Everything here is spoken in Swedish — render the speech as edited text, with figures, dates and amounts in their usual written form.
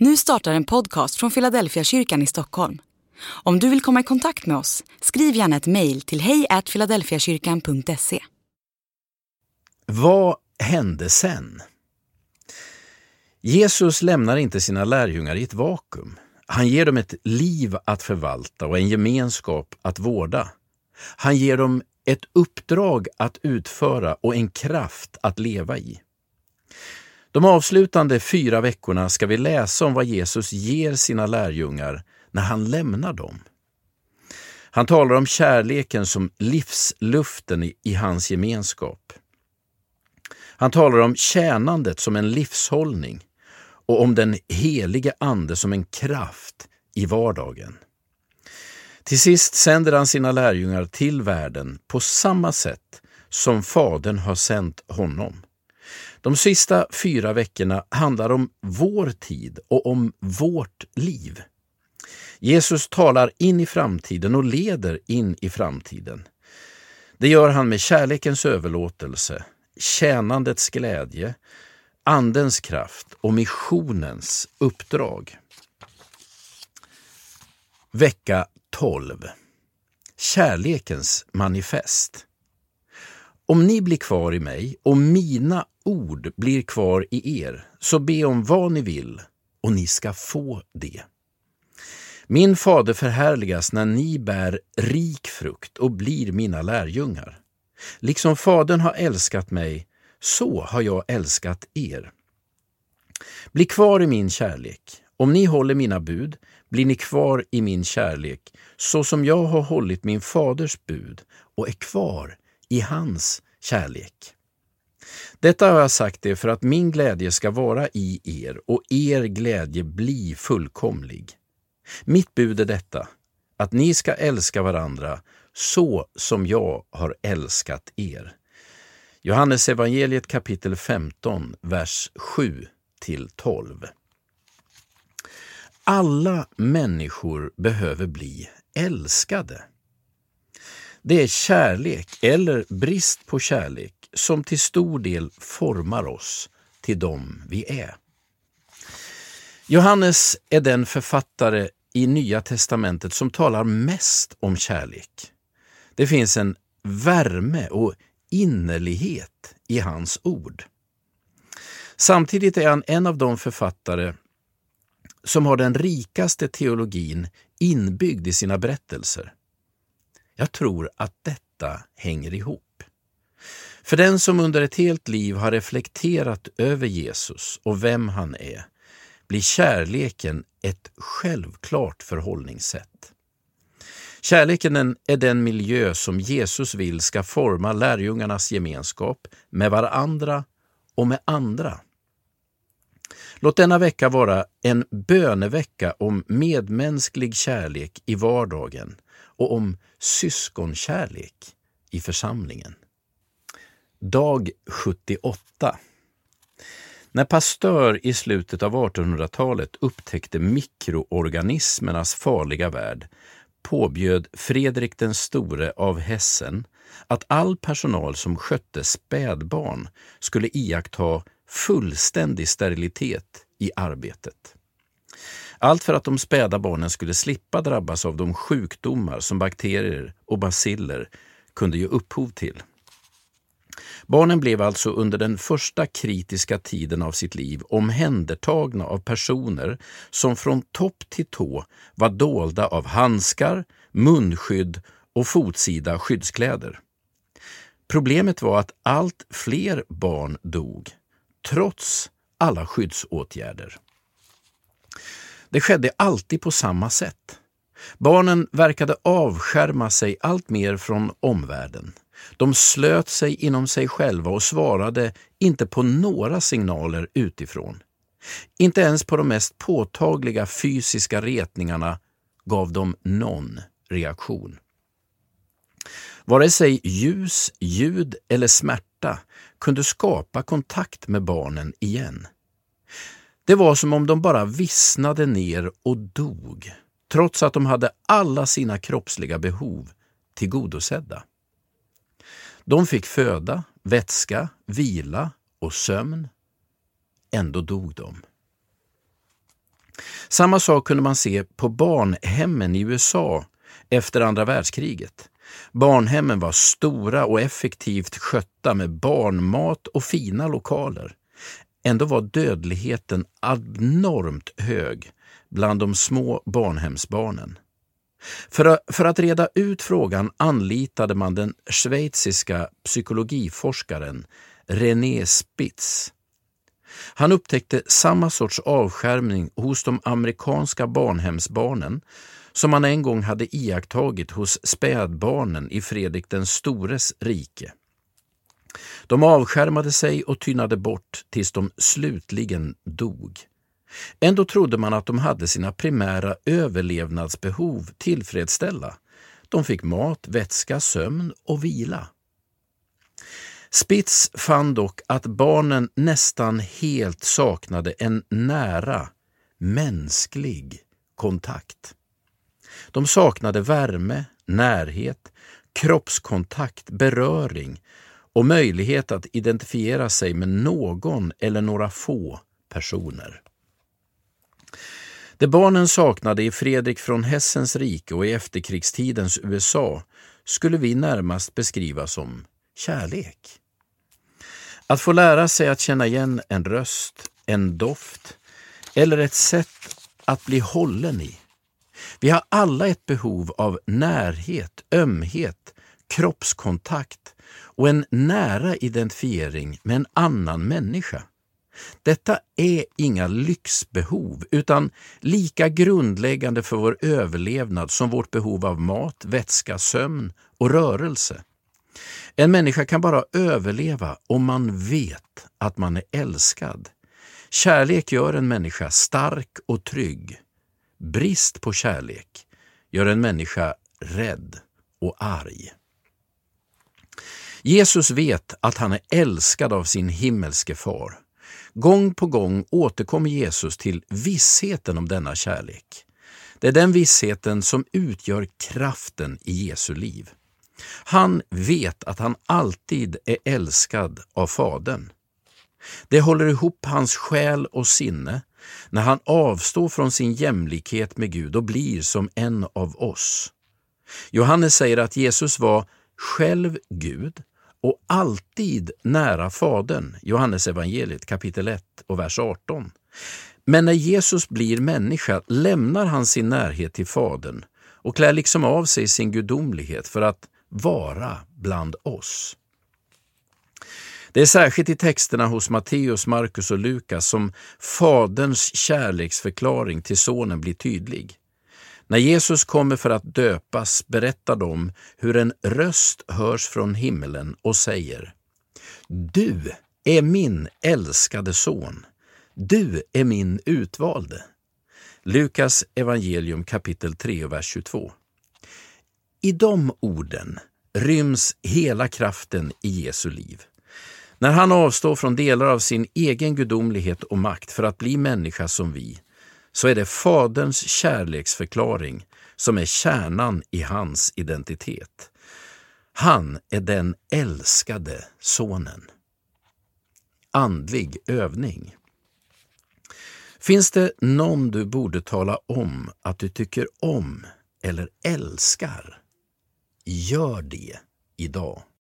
Nu startar en podcast från Philadelphia kyrkan i Stockholm. Om du vill komma i kontakt med oss, skriv gärna ett mejl till hej@philadelphiakyrkan.se. Vad hände sen? Jesus lämnar inte sina lärjungar i ett vakuum. Han ger dem ett liv att förvalta och en gemenskap att vårda. Han ger dem ett uppdrag att utföra och en kraft att leva i. De avslutande 4 veckorna ska vi läsa om vad Jesus ger sina lärjungar när han lämnar dem. Han talar om kärleken som livsluften i hans gemenskap. Han talar om tjänandet som en livshållning och om den helige ande som en kraft i vardagen. Till sist sänder han sina lärjungar till världen på samma sätt som Fadern har sänt honom. De sista 4 veckorna handlar om vår tid och om vårt liv. Jesus talar in i framtiden och leder in i framtiden. Det gör han med kärlekens överlåtelse, tjänandets glädje, andens kraft och missionens uppdrag. Vecka 12. Kärlekens manifest. Om ni blir kvar i mig och mina ord blir kvar i er, så be om vad ni vill och ni ska få det. Min fader förhärligas när ni bär rik frukt och blir mina lärjungar. Liksom fadern har älskat mig, så har jag älskat er. Bli kvar i min kärlek. Om ni håller mina bud, blir ni kvar i min kärlek, så som jag har hållit min faders bud och är kvar i hans kärlek. Detta har jag sagt er för att min glädje ska vara i er och er glädje bli fullkomlig. Mitt bud är detta, att ni ska älska varandra så som jag har älskat er. Johannes evangeliet kapitel 15, vers 7-12. Alla människor behöver bli älskade. Det är kärlek eller brist på kärlek som till stor del formar oss till dem vi är. Johannes är den författare i Nya testamentet som talar mest om kärlek. Det finns en värme och innerlighet i hans ord. Samtidigt är han en av de författare som har den rikaste teologin inbyggd i sina berättelser. Jag tror att detta hänger ihop. För den som under ett helt liv har reflekterat över Jesus och vem han är, blir kärleken ett självklart förhållningssätt. Kärleken är den miljö som Jesus vill ska forma lärjungarnas gemenskap med varandra och med andra. Låt denna vecka vara en bönevecka om medmänsklig kärlek i vardagen och om syskonkärlek i församlingen. Dag 78. När Pasteur i slutet av 1800-talet upptäckte mikroorganismernas farliga värld, påbjöd Fredrik den store av Hessen att all personal som skötte spädbarn skulle iaktta fullständig sterilitet i arbetet. Allt för att de späda barnen skulle slippa drabbas av de sjukdomar som bakterier och baciller kunde ge upphov till. Barnen blev alltså under den första kritiska tiden av sitt liv omhändertagna av personer som från topp till tå var dolda av handskar, munskydd och fotsida skyddskläder. Problemet var att allt fler barn dog, trots alla skyddsåtgärder. Det skedde alltid på samma sätt. Barnen verkade avskärma sig allt mer från omvärlden. De slöt sig inom sig själva och svarade inte på några signaler utifrån. Inte ens på de mest påtagliga fysiska retningarna gav de någon reaktion. Vare sig ljus, ljud eller smärta kunde skapa kontakt med barnen igen. Det var som om de bara vissnade ner och dog, trots att de hade alla sina kroppsliga behov tillgodosedda. De fick föda, vätska, vila och sömn. Ändå dog de. Samma sak kunde man se på barnhemmen i USA efter andra världskriget. Barnhemmen var stora och effektivt skötta med barnmat och fina lokaler. Ändå var dödligheten abnormt hög bland de små barnhemsbarnen. För att reda ut frågan anlitade man den schweiziska psykologiforskaren René Spitz. Han upptäckte samma sorts avskärmning hos de amerikanska barnhemsbarnen som man en gång hade iakttagit hos spädbarnen i Fredrik den stores rike. De avskärmade sig och tynade bort tills de slutligen dog. Ändå trodde man att de hade sina primära överlevnadsbehov tillfredsställa. De fick mat, vätska, sömn och vila. Spitz fann dock att barnen nästan helt saknade en nära, mänsklig kontakt. De saknade värme, närhet, kroppskontakt, beröring och möjlighet att identifiera sig med någon eller några få personer. Det barnen saknade i Fredrik från Hessens rike och i efterkrigstidens USA skulle vi närmast beskriva som kärlek. Att få lära sig att känna igen en röst, en doft eller ett sätt att bli hållen i. Vi har alla ett behov av närhet, ömhet, kroppskontakt och en nära identifiering med en annan människa. Detta är inga lyxbehov utan lika grundläggande för vår överlevnad som vårt behov av mat, vätska, sömn och rörelse. En människa kan bara överleva om man vet att man är älskad. Kärlek gör en människa stark och trygg. Brist på kärlek gör en människa rädd och arg. Jesus vet att han är älskad av sin himmelske far. Gång på gång återkommer Jesus till vissheten om denna kärlek. Det är den vissheten som utgör kraften i Jesu liv. Han vet att han alltid är älskad av Fadern. Det håller ihop hans själ och sinne när han avstår från sin jämlikhet med Gud och blir som en av oss. Johannes säger att Jesus var själv Gud och alltid nära Fadern. Johannes evangeliet kapitel 1 och vers 18. Men när Jesus blir människa lämnar han sin närhet till Fadern och klär liksom av sig sin gudomlighet för att vara bland oss. Det är särskilt i texterna hos Matteus, Markus och Lukas som Faderns kärleksförklaring till sonen blir tydlig. När Jesus kommer för att döpas berättar de hur en röst hörs från himmelen och säger: Du är min älskade son. Du är min utvalde. Lukas evangelium kapitel 3 vers 22. I de orden ryms hela kraften i Jesu liv. När han avstår från delar av sin egen gudomlighet och makt för att bli människa som vi, så är det Faderns kärleksförklaring som är kärnan i hans identitet. Han är den älskade sonen. Andlig övning. Finns det någon du borde tala om att du tycker om eller älskar? Gör det idag.